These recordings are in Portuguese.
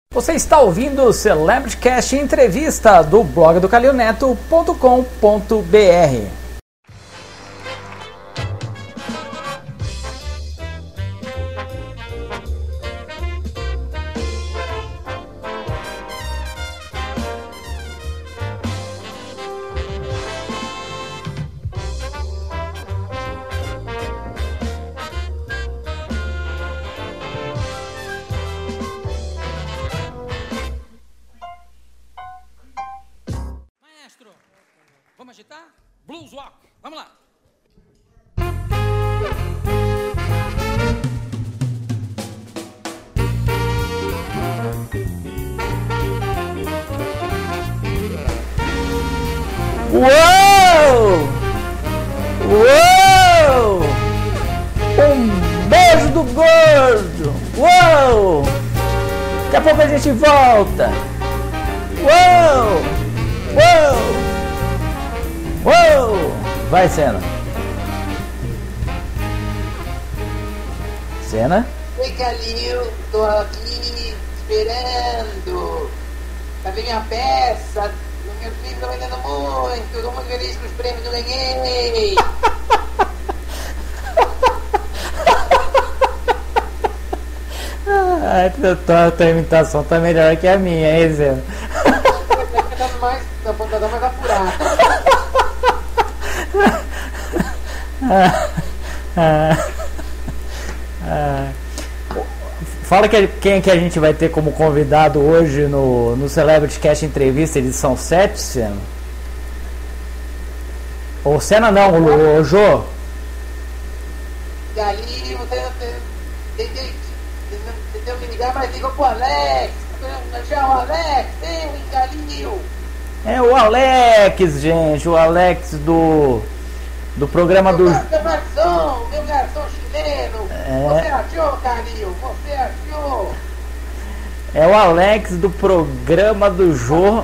Você está ouvindo o Celebrity Cast Entrevista do blog do calilneto.com.br. Vamos agitar? Blues rock, vamos lá. Uou! Uou! Um beijo do gordo! Uou! Daqui a pouco a gente volta! Uou! Uou! Uou! Vai, Senna. Senna? Oi, Calil. Tô aqui esperando pra ver minha peça. Meus filhos estão vendendo muito. Tô muito feliz com os prêmios que eu ganhei. Tua imitação tá melhor que a minha, hein, Senna? Tá mais apurado. Fala quem que a gente vai ter como convidado hoje no Celebrity Cast Entrevista edição 7, Senna? Ou Senna não, o Jô? Galinho, você tentou me ligar, mas ligou pro Alex. Já o Alex, tem um Galinho. É o Alex, gente, o Alex do programa do... Meu garçom chileno. Você achou, Carinho? Você achou? É o Alex do programa do Jô,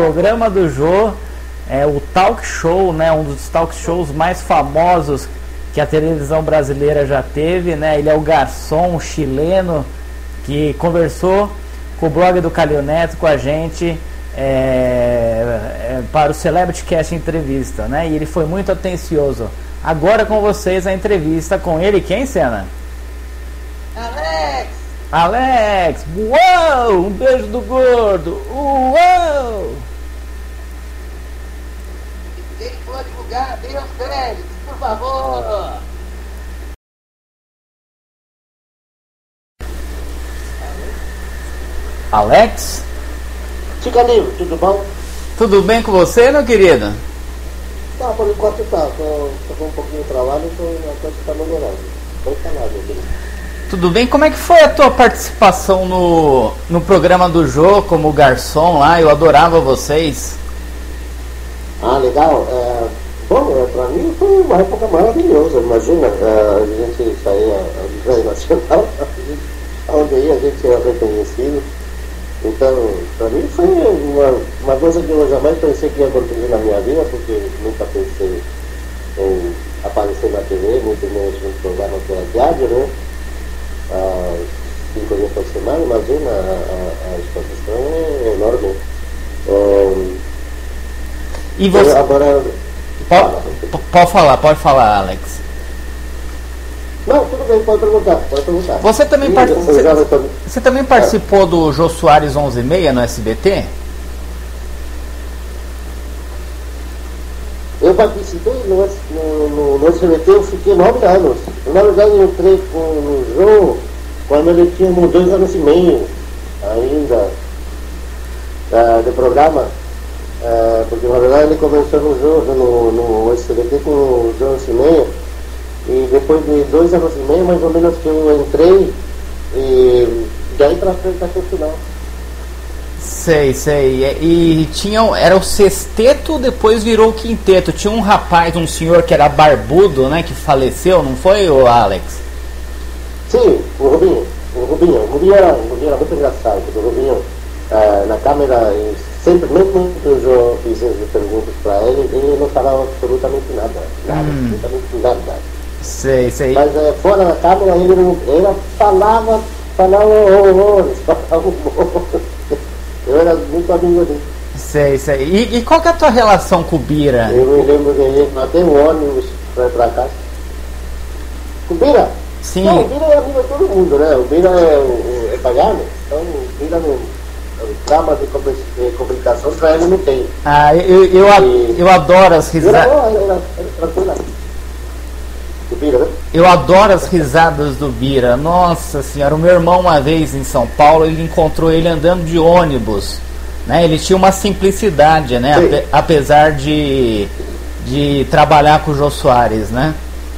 é o talk show, né? Um dos talk shows mais famosos que a televisão brasileira já teve, né? Ele é o garçom chileno que conversou com o blog do Calil Neto, com a gente, para o Celebrity Cast Entrevista, né? E ele foi muito atencioso. Agora com vocês a entrevista com ele, quem, Senna? Alex! Uou! Um beijo do gordo! Uou! Quem for divulgar, dê os créditos, por favor! Alex? Chicaninho, tudo bom? Tudo bem com você, meu querido? Tá, por enquanto tá. Tô com um pouquinho de trabalho, então a coisa tá melhorando. Bem calado, meu querido. Tudo bem? Como é que foi a tua participação no programa do Jô como garçom lá? Eu adorava vocês. Ah, legal. Bom, pra mim foi uma época maravilhosa. Imagina, a gente saía a nível nacional, onde ia a gente era reconhecido. Então, para mim foi uma coisa que eu jamais pensei que ia acontecer na minha vida, porque nunca pensei em aparecer na TV, muito menos num programa que era diário, né? 5 dias por semana, imagina, a exposição é enorme. E você... Agora... Pode falar, Alex. Não, tudo bem, pode perguntar. Você também, você também participou do Jô Soares 11h30 no SBT? Eu participei no SBT, eu fiquei 9 anos. Na verdade, eu entrei no Jô quando ele tinha 2 anos e meio ainda de programa. Porque na verdade ele começou no SBT com 2 anos e meio. E depois de 2 anos e meio, mais ou menos, que eu entrei, e daí pra frente até o final. Sei. E era o sexteto, depois virou o quinteto. Tinha um rapaz, um senhor que era barbudo, né, que faleceu, não foi, o Alex? Sim, o Rubinho. O Rubinho era muito engraçado, porque o Rubinho, na câmera, sempre, mesmo que eu fizesse perguntas pra ele não falava absolutamente nada. Absolutamente nada. Sei. Mas fora da câmera ele falava horrores, falava humor. era muito amigo dele. Sei. E qual que é a tua relação com o Bira? Eu me lembro dele até um ônibus pra casa. O Bira? Sim. Não, o Bira é amigo de todo mundo, né? O Bira é pagano, então o Bira não. Trama de comunicação pra ele não tem. Eu adoro as risadas. Era tranquila. Do Bira, né? Eu adoro as risadas do Bira. Nossa senhora, o meu irmão uma vez em São Paulo, ele encontrou ele andando de ônibus, né? Ele tinha uma simplicidade, né? Apesar de trabalhar com o Jô Soares, né?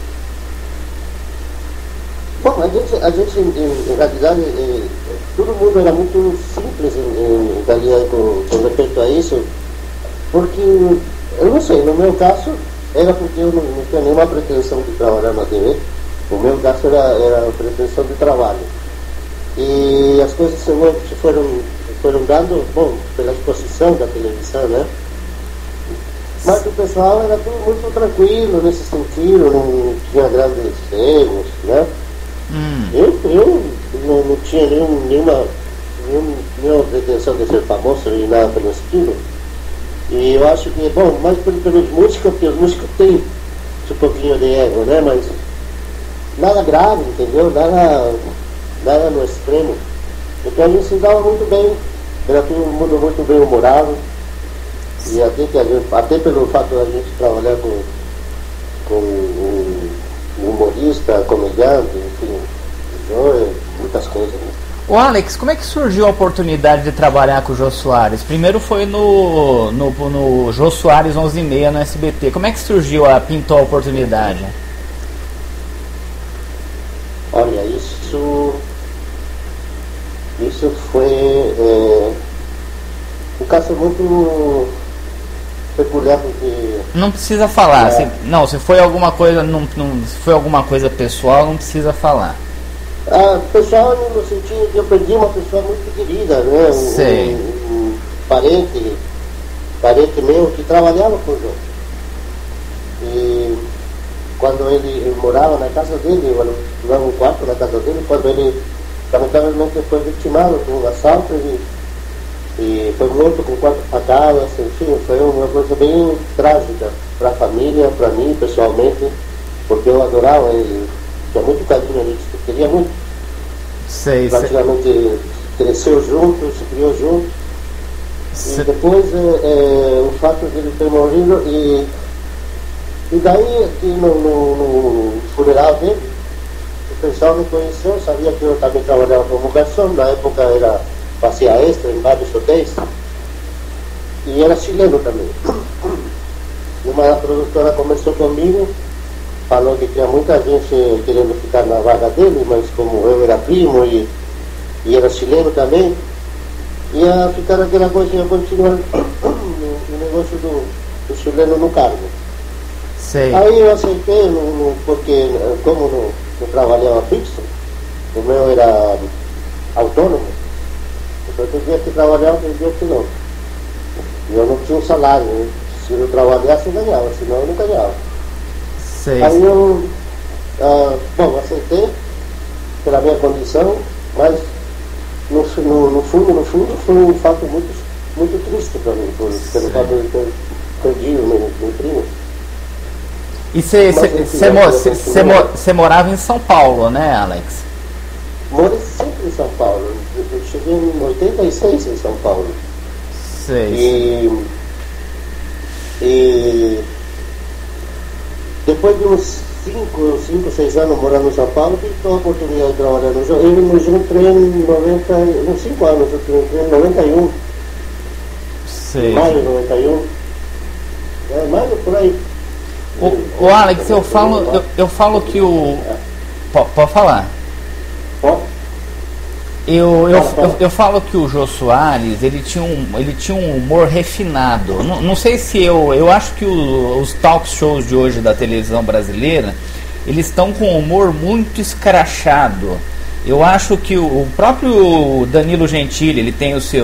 Bom, a gente em realidade, todo mundo era muito simples com respeito a isso, porque, eu não sei, no meu caso, era porque eu não tinha nenhuma pretensão de trabalhar na TV. No meu caso era a pretensão de trabalho. E as coisas se foram dando, bom, pela exposição da televisão, né? Mas o pessoal era tudo muito tranquilo nesse sentido, não tinha grandes egos, né? Eu não tinha nenhuma pretensão de ser famoso nem nada pelo estilo. E eu acho que, bom, mais pelos músicos, porque os músicos têm um pouquinho de ego, né? Mas nada grave, entendeu? Nada no extremo. Então a gente se dava muito bem, era todo mundo muito bem humorado. E até pelo fato de a gente trabalhar com um humorista, comediante, enfim, então, muitas coisas, né? Ô Alex, como é que surgiu a oportunidade de trabalhar com o Jô Soares? Primeiro foi no Jô Soares 11h30 no SBT. Como é que pintou a oportunidade? Olha, isso foi um caso muito peculiar, porque... Não precisa falar. Se foi alguma coisa, se foi alguma coisa pessoal, não precisa falar. Pessoal, no sentido de eu perdi uma pessoa muito querida, né? Um parente meu que trabalhava com o Jô. E quando ele morava na casa dele, eu alugava um quarto na casa dele, quando ele lamentavelmente foi vitimado por um assalto e foi morto com 4 facadas, enfim, foi uma coisa bem trágica para a família, para mim pessoalmente, porque eu adorava ele, tinha muito carinho, ele queria muito. Praticamente cresceu junto, se criou junto. E depois o fato de ele ter morrido e daí aqui no funeral dele, o pessoal me conheceu, sabia que eu também trabalhava como garçom, na época fazia extra em vários hotéis, e era chileno também. E uma produtora conversou comigo, falou que tinha muita gente querendo ficar na vaga dele, mas como eu era primo e era chileno também, ia ficar aquela coisa, ia continuar o negócio do chileno no cargo. Aí eu aceitei, porque como não trabalhava fixo, o meu era autônomo, então tem dia que trabalhava, tem dia que não. E eu não tinha um salário, né? Se eu trabalhasse eu ganhava, senão eu não ganhava. Aí eu, aceitei pela minha condição, mas no fundo foi um fato muito, muito triste para mim, pelo fato de ter perdido meu primo. E você morava em São Paulo, né, Alex? Morei sempre em São Paulo. Eu cheguei em 86 em São Paulo. E depois de uns 5, 6 anos morando em São Paulo, tive a oportunidade de trabalhar no Jô. Eu entrei uns 5 anos, eu entrei em 91. Maio de 91. Maio por aí. O Alex, eu falo que o... Pode falar? Pode? Eu falo que o Jô Soares, ele tinha um humor refinado. Não sei se eu acho que os talk shows de hoje da televisão brasileira, eles estão com um humor muito escrachado. Eu acho que o próprio Danilo Gentili, ele tem os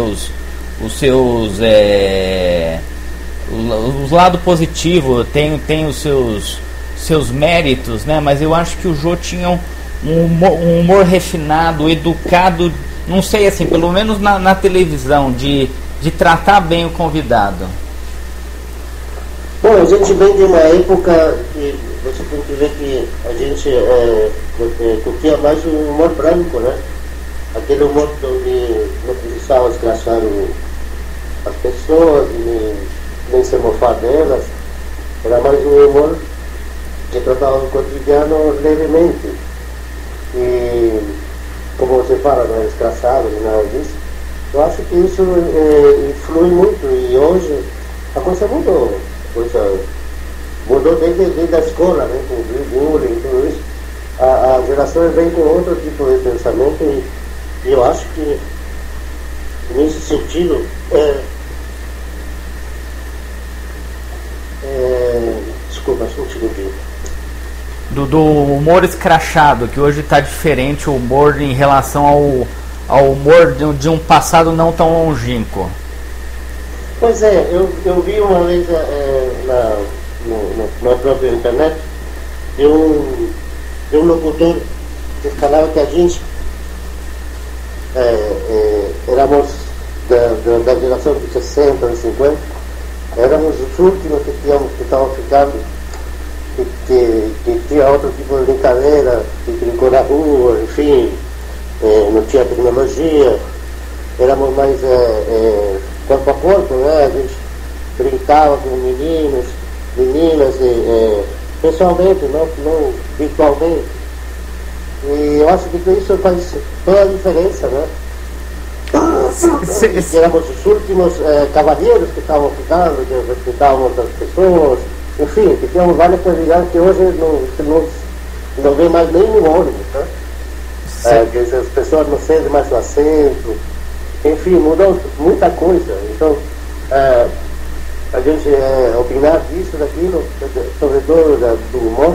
lados positivos, tem os seus méritos, né? Mas eu acho que o Jô tinha um humor refinado, educado, não sei, assim, pelo menos na televisão, de de tratar bem o convidado? Bom, a gente vem de uma época que você tem que ver que a gente curtia mais o humor branco, né? Aquele humor onde não precisava escrachar as pessoas, nem se mofar delas. Era mais um humor que tratava o cotidiano levemente. E, como você fala, não é escrachado nem nada disso. Eu acho que isso influi muito. E hoje a coisa mudou. Mudou desde a escola, né? Com o bullying e tudo isso. A geração vem com outro tipo de pensamento e eu acho que nesse sentido desculpa, só um segundinho. Do humor escrachado, que hoje está diferente o humor em relação ao humor de um passado não tão longínquo. Pois é, eu vi uma vez na própria internet de um locutor que falava que a gente éramos da geração de 60, de 50, éramos os últimos que estavam ficando, que tinha outro tipo de brincadeira, que brincou na rua, enfim, não tinha tecnologia, éramos mais corpo a corpo, né? A gente brincava com meninos, meninas, pessoalmente, não virtualmente. E eu acho que isso faz toda a diferença, né? Que éramos os últimos cavalheiros que estavam ficando, que respeitavam outras pessoas, enfim, que tínhamos várias possibilidades que hoje não vê mais nem no ônibus, né? Que as pessoas não sentem mais o assento, enfim, mudou muita coisa. Então, a gente opinar disso, daquilo, sobretudo do humor,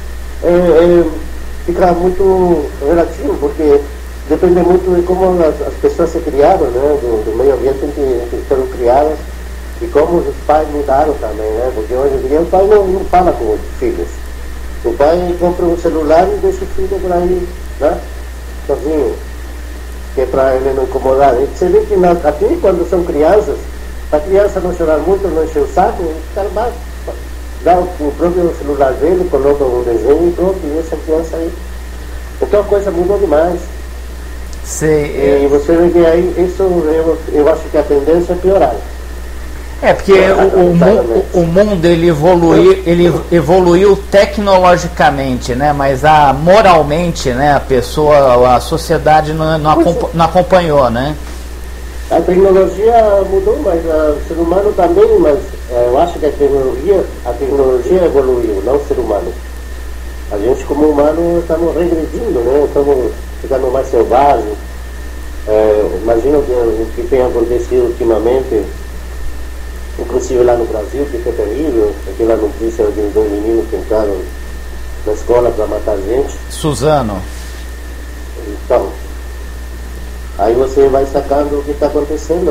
fica muito relativo, porque depende muito de como as pessoas se criaram, né, do meio ambiente em que foram criadas e como os pais mudaram também, né, porque hoje em dia o pai não fala com os filhos. O pai compra um celular e deixa o filho por aí, né, sozinho, que é para ele não incomodar. E você vê que até quando são crianças, a criança não chorar muito, não encher o saco, dá o próprio celular dele, coloca um desenho e pronto, e deixa a criança aí. Então a coisa mudou demais. E você vê que aí, isso eu acho que a tendência é piorar. Porque o mundo ele evoluiu tecnologicamente, né? Mas moralmente, né? A sociedade não acompanhou, né? A tecnologia mudou, mas o ser humano também, mas eu acho que a tecnologia evoluiu, não o ser humano. A gente como humano estamos regredindo, né? Estamos ficando mais selvagens. Imagino o que tem acontecido ultimamente, inclusive lá no Brasil, que foi terrível, aquela notícia de 2 meninos que entraram na escola para matar gente. Suzano. Então, aí você vai sacando o que está acontecendo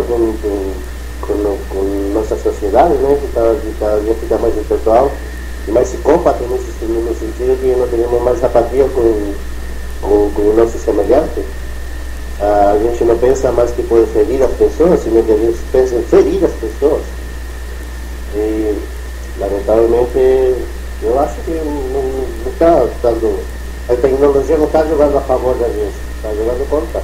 com nossa sociedade, né? Que cada dia fica mais impessoal e mais psicópata no sentido que não temos mais apatia com o nosso semelhante. A gente não pensa mais que pode ferir as pessoas, senão que a gente pensa em ferir as pessoas. E, lamentavelmente, eu acho que não está dando. A tecnologia não está jogando a favor da gente, está jogando contra.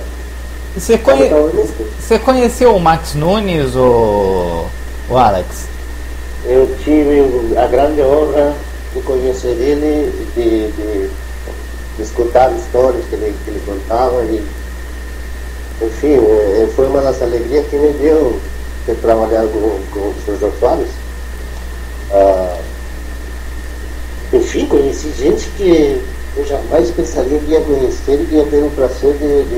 Você conheceu o Max Nunes, o Alex? Eu tive a grande honra de conhecer ele, de escutar histórias que ele contava. Enfim, foi uma das alegrias que me deu ter trabalhado com os seus usuários. Enfim, conheci gente que eu jamais pensaria que ia conhecer e que ia ter o prazer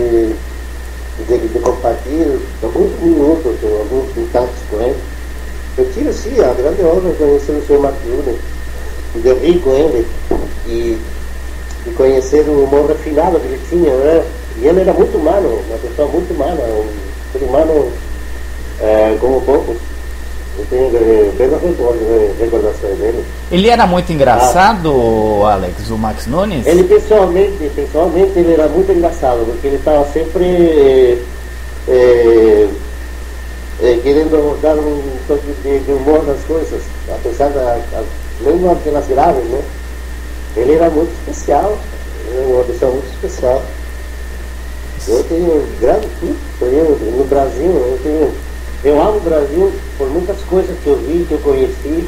de compartilhar alguns minutos, alguns contatos com ele. Eu tive, sim, a grande honra de conhecer o Sr. Max Nunes, de rir com ele e conhecer o humor refinado que ele tinha, né? E ele era muito humano, uma pessoa muito humana, um ser humano como poucos. Eu tenho belas recordações dele. Ele era muito engraçado, Alex, o Max Nunes? Ele pessoalmente ele era muito engraçado, porque ele estava sempre querendo dar um toque de humor nas coisas, apesar mesmo aquelas graves, né? Ele era muito especial, uma pessoa muito especial. Eu tenho grande no Brasil, eu amo o Brasil por muitas coisas que eu vi, que eu conheci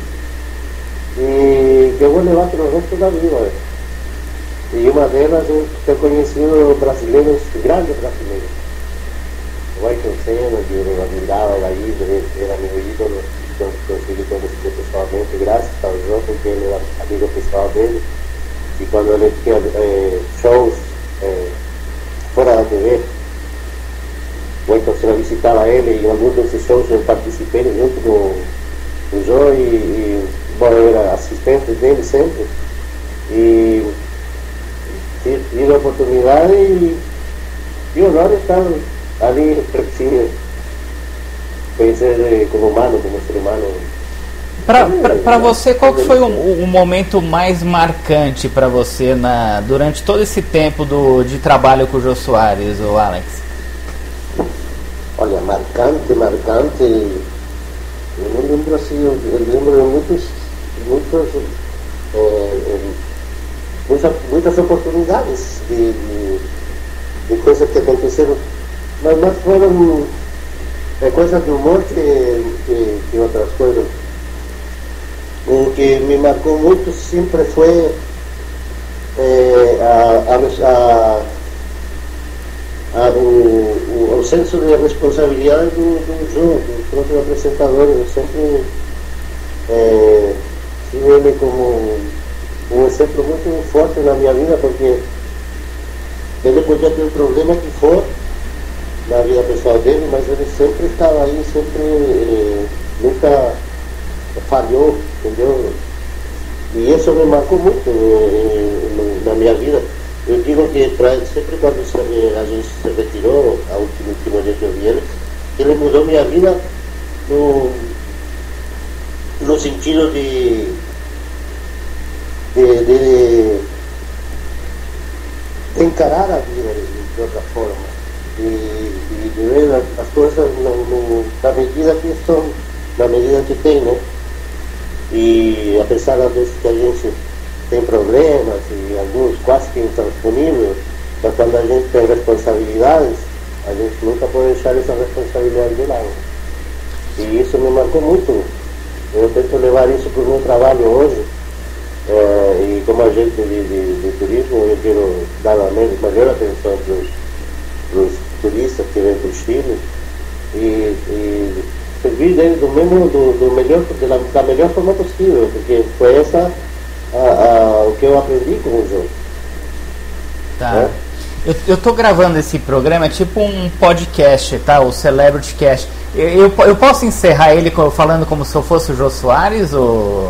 e que eu vou levar pelo resto da vida. E uma delas eu tenho conhecido brasileiros, grandes brasileiros. O Ayrton Senna, que eu admirava, era meu ídolo, consegui conhecer pessoalmente, graças ao João, porque ele era amigo pessoal dele. E quando ele tinha shows fora da TV, o Ayrton Senna visitava ele, e em alguns desses shows eu participei junto com o João, e bom, eu era assistente dele sempre. E tive a oportunidade e honor estar ali pertinho, conhecer como humano, como ser humano. Para você, qual que foi o momento mais marcante para você durante todo esse tempo de trabalho com o Jô Soares, o Alex? Olha, marcante, eu não lembro assim, eu lembro muitas oportunidades de coisas que aconteceram, mas foram coisas de humor que outras coisas. O que me marcou muito sempre foi o senso de responsabilidade do João, do próprio apresentador. Eu sempre tive ele como um exemplo muito forte na minha vida, porque ele podia ter um problema que for na vida pessoal dele, mas ele sempre estava aí, sempre nunca falhou, entendeu? E isso me marcou muito na minha vida. Eu digo que sempre quando a gente se retirou, ao último dia que eu vi ele mudou minha vida no sentido de encarar a vida de outra forma e de ver as coisas na medida que são, na medida que tem, né? E apesar das vezes que a gente tem problemas e alguns quase que intransponíveis, mas quando a gente tem responsabilidades, a gente nunca pode deixar essa responsabilidade de lado. E isso me marcou muito. Eu tento levar isso para o meu trabalho hoje. E como agente de turismo, eu quero dar a maior atenção para os turistas que vêm para o Chile e servir deles da melhor forma possível, porque foi essa o que eu aprendi com o jogo. Tá. Eu tô gravando esse programa, é tipo um podcast, tá? O Celebrity Cast. Eu posso encerrar ele falando como se eu fosse o Jô Soares ou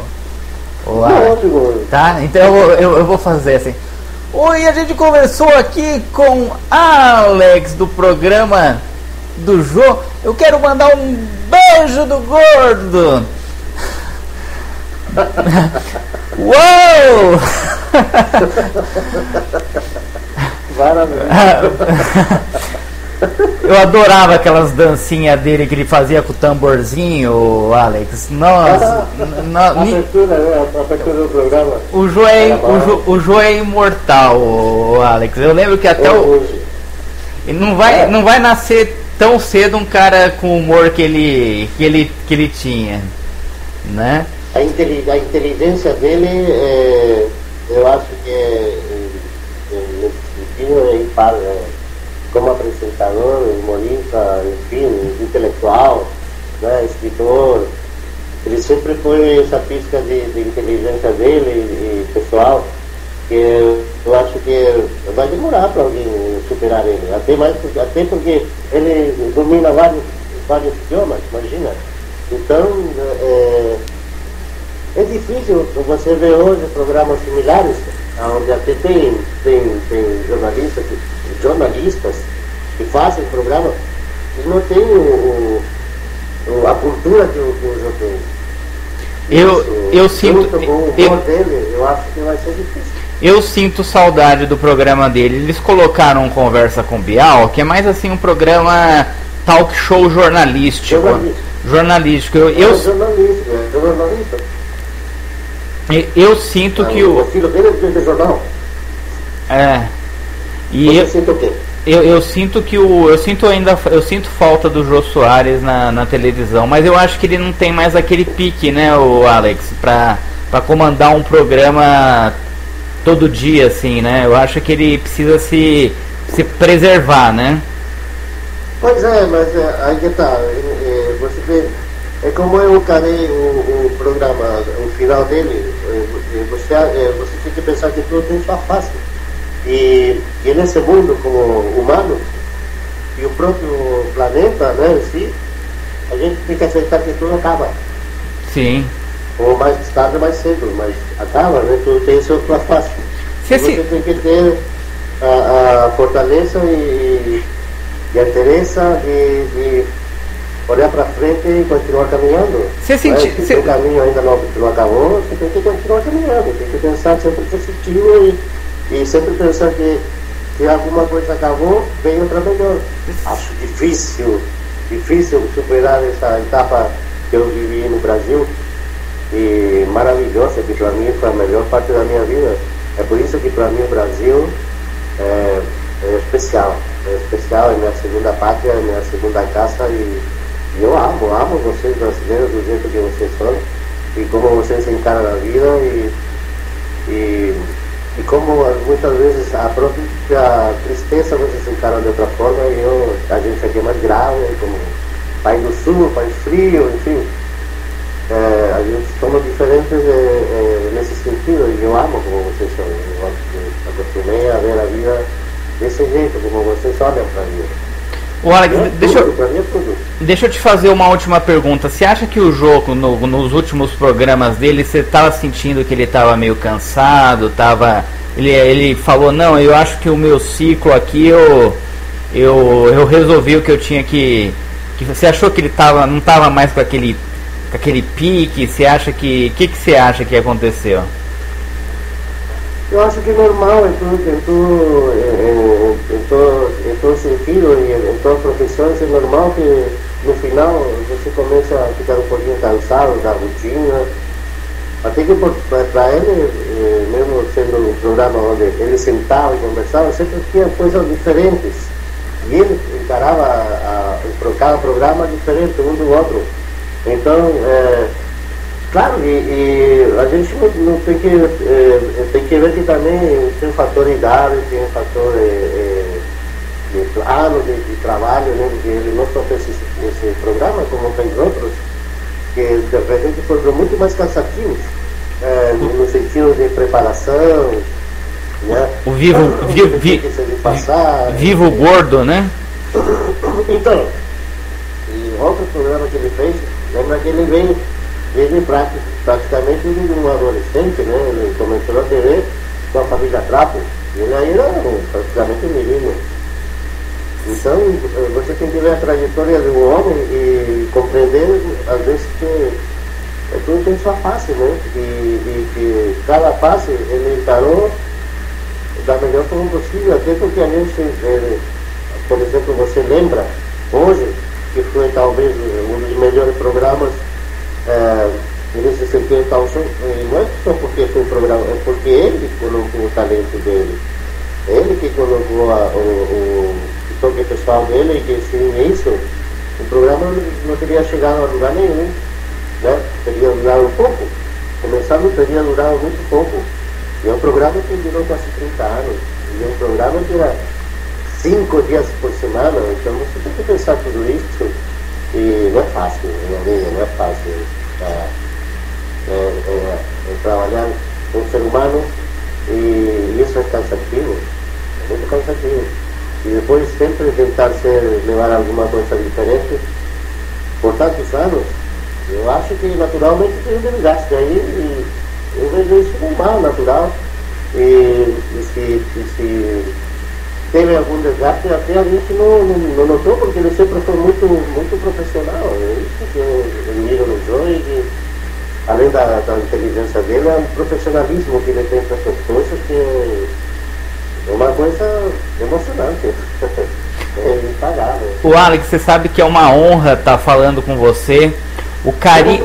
tá? Então eu vou fazer assim. Oi, a gente conversou aqui com Alex do programa do Jô. Eu quero mandar um beijo do gordo. Uou! Eu adorava aquelas dancinhas dele que ele fazia com o tamborzinho, Alex. Nossa, abertura do programa. O Jô é imortal, Alex. Eu lembro que até não vai nascer tão cedo um cara com o humor que ele tinha, né? A inteligência dele, eu acho que nesse sentido é impar, como apresentador, humorista, enfim, intelectual, né, escritor. Ele sempre foi essa pista de inteligência dele e pessoal, que eu acho que vai demorar para alguém superar ele, até porque ele domina vários idiomas, imagina. Então é difícil você ver hoje programas similares, onde até tem jornalistas que fazem programa e não tem a cultura que o Jô tem. Eu sinto com o humor dele, eu acho que vai ser difícil. Eu sinto saudade do programa dele. Eles colocaram Conversa com Bial, que é mais assim um programa talk show jornalístico, jornalístico. É jornalista. Eu sinto que o filho dele é de jornal. E você sinto o quê? Eu sinto que eu sinto falta do Jô Soares na televisão, mas eu acho que ele não tem mais aquele pique, né, o Alex, para comandar um programa todo dia, assim, né? Eu acho que ele precisa se preservar, né? Pois é, mas aí que tá. Você vê, é como eu encarei o programa, o final dele. Você tem que pensar que tudo tem sua face. E nesse mundo como humano e o próprio planeta, né, em si, a gente tem que aceitar que tudo acaba. Sim. Ou mais tarde ou mais cedo, mas acaba, né? Tudo tem sua face. Você tem que ter a fortaleza e a interesse de olhar para frente e continuar caminhando. Se o caminho ainda não acabou, você tem que continuar caminhando, tem que pensar sempre positivo e sempre pensar que alguma coisa acabou, vem outra melhor. Acho difícil superar essa etapa que eu vivi no Brasil, e maravilhosa, que para mim foi a melhor parte da minha vida. É por isso que para mim o Brasil é especial. É especial, é minha segunda pátria, é minha segunda casa, e eu amo vocês brasileiros do jeito que vocês são e como vocês encaram a vida e como muitas vezes a própria tristeza vocês encaram de outra forma, e a gente aqui é mais grave, como país do sul, país frio, enfim. A gente somos diferentes nesse sentido, e eu amo como vocês são. Eu acostumei a ver a vida desse jeito, como vocês olham para a vida. O Alex, deixa eu te fazer uma última pergunta. Você acha que o jogo, nos últimos programas dele, você estava sentindo que ele estava meio cansado? Ele falou, não, eu acho que o meu ciclo aqui, eu resolvi o que eu tinha que você achou que ele não estava mais com aquele pique? Você acha que você acha que aconteceu? Eu acho que é normal em todo sentido e em todas as profissões. É normal que no final você começa a ficar um pouquinho cansado da rotina. Até que para ele, mesmo sendo um programa onde ele sentava e conversava, sempre tinha coisas diferentes. E ele encarava cada programa diferente um do outro. Então, claro, e a gente não tem que ver que também tem um fator idade, tem um fator de plano, de trabalho, né? Porque ele não só fez esse programa, como fez outros, que de repente foram muito mais cansativos, no sentido de preparação, né? O vivo gordo, né? Então, e outro programa que ele fez, lembra que ele veio desde praticamente de um adolescente, né? Ele começou na TV com a família Trapo, e ele aí era praticamente um menino. Então, você tem que ver a trajetória de um homem e compreender, às vezes, que tudo tem sua face, né? E que cada fase ele encarou da melhor forma possível, até porque a gente, por exemplo, você lembra hoje que foi talvez um dos melhores programas nesse sentido, não é só porque foi um programa, é porque ele colocou o talento dele, ele que colocou o toque pessoal dele, e que sem isso o programa não teria chegado a lugar nenhum, né? Teria durado um pouco, começando teria durado muito pouco, e é um programa que durou quase 30 anos, e é um programa que era 5 dias por semana. Então você tem que pensar tudo isso, e não é fácil, não é fácil trabalhar com um ser humano, e isso é cansativo, é muito cansativo. E depois sempre tentar levar alguma coisa diferente por tantos anos, eu acho que naturalmente tem um desgaste aí, e eu vejo isso normal, natural, e se teve algum desgaste, até a gente não notou, porque ele sempre foi muito profissional. É isso que eu admiro no Jô, e além da inteligência dele, é um profissionalismo que ele tem para essas coisas, que é uma coisa emocionante. É impagável. O Alex, você sabe que é uma honra estar falando com você. O carinho,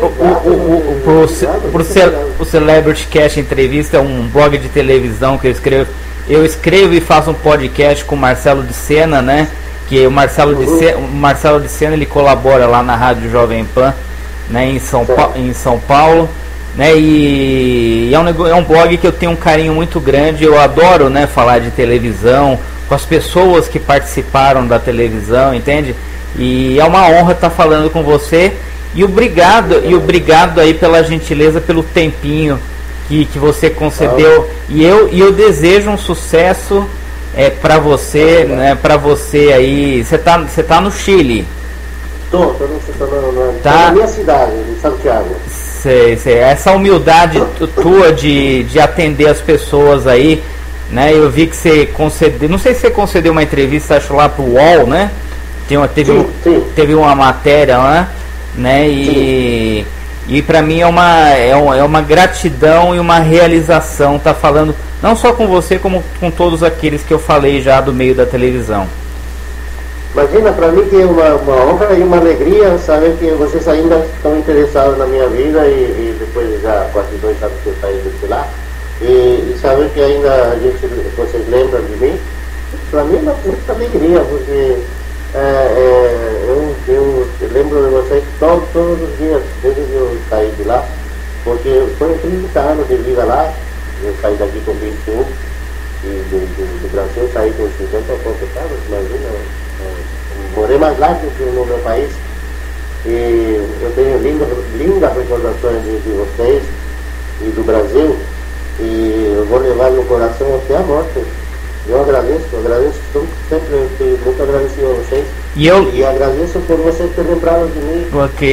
o Celebrity Cast Entrevista é um blog de televisão que eu escrevo. Eu escrevo e faço um podcast com o Marcelo de Sena, né? Que o Marcelo de Sena ele colabora lá na Rádio Jovem Pan, né? Em São Paulo, né? E é um blog que eu tenho um carinho muito grande. Eu adoro, né? Falar de televisão com as pessoas que participaram da televisão, entende? E é uma honra estar falando com você. E obrigado aí pela gentileza, pelo tempinho que você concedeu. E eu desejo um sucesso para você, né? Para você aí. Você tá no Chile? Tô na minha cidade, em Santiago. Sei. Essa humildade tua de atender as pessoas aí, né? Eu vi que você concedeu, não sei se você concedeu uma entrevista, acho lá pro UOL, né? Teve uma matéria lá, né? E para mim é uma gratidão e uma realização estar falando não só com você, como com todos aqueles que eu falei já do meio da televisão. Imagina, para mim que é uma honra e uma alegria saber que vocês ainda estão interessados na minha vida e depois de já quase 2 anos que eu saí de lá, e saber que ainda vocês lembram de mim, para mim é uma muita alegria, porque eu lembro de vocês todos os dias, desde que eu saí de lá, porque foram 30 anos de vida lá. Eu saí daqui com 21 e do Brasil saí com 50 e poucos anos, imagina, morei mais lá do que no meu país. E eu tenho lindas recordações de vocês e do Brasil, e eu vou levar no coração até a morte. Eu agradeço sempre, fui muito agradecido a vocês. E agradeço por vocês terem lembrado de mim. Porque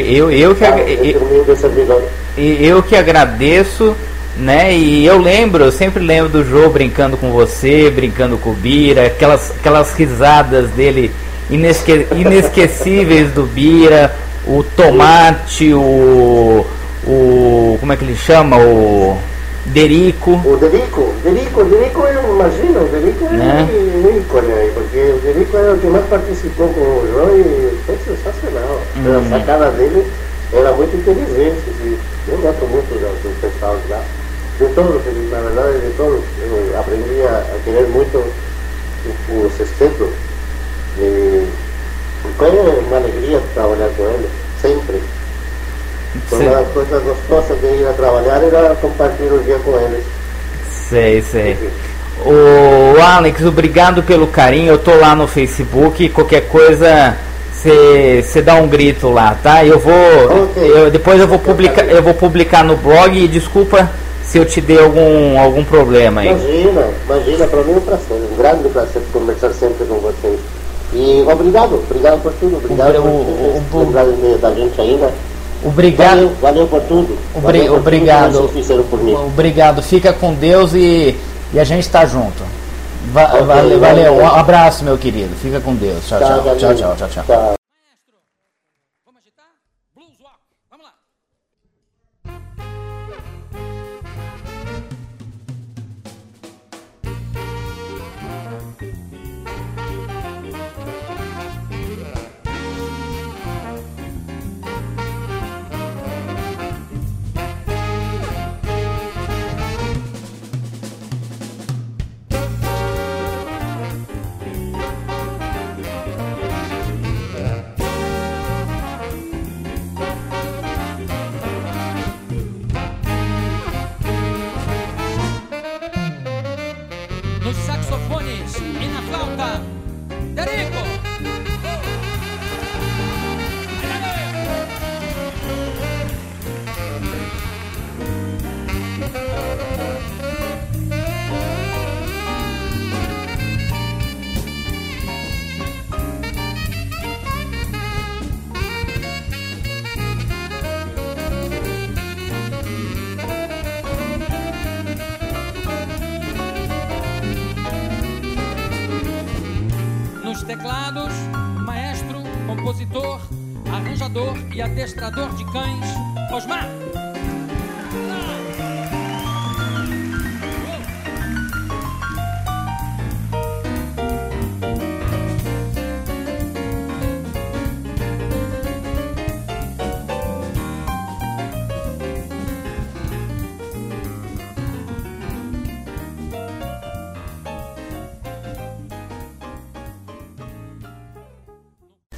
eu que agradeço, né? E eu sempre lembro do Jô brincando com você, brincando com o Bira, aquelas risadas dele inesquecíveis do Bira, o Tomate, o como é que ele chama? O Derico. O Derico, eu imagino, o Derico é um ícone aí, porque o Derico é o que mais participou com o Jô e foi sensacional. A sacada dele era muito inteligente, e eu gosto muito do pessoal lá. De todos, na verdade, de todos. Eu aprendi a querer muito o Sexteto. E foi uma alegria trabalhar com ele, sempre. Uma das coisas gostosas de ir a trabalhar era compartilhar o dia com eles. Sei. O Alex, obrigado pelo carinho. Eu tô lá no Facebook, qualquer coisa você dá um grito lá, tá? Depois eu vou publicar no blog e desculpa se eu te dei algum problema aí. Imagina, para mim é um prazer, um grande prazer conversar sempre com vocês. E obrigado por tudo, obrigado por lembrar da gente ainda. Obrigado. Valeu por tudo. Obrigado. Por tudo que vocês fizeram por mim. Obrigado, fica com Deus e a gente está junto. Valeu, um abraço, meu querido. Fica com Deus. Tchau. Maestro, vamos agitar? Blues Rock, vamos lá. Nos saxofones e na flauta, Derico. Nos teclados, maestro, compositor, arranjador e adestrador de cães, Osmar.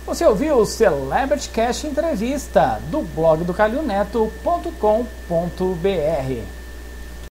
Você ouviu o Celebrity Cast Entrevista do blog do calilneto.com.br.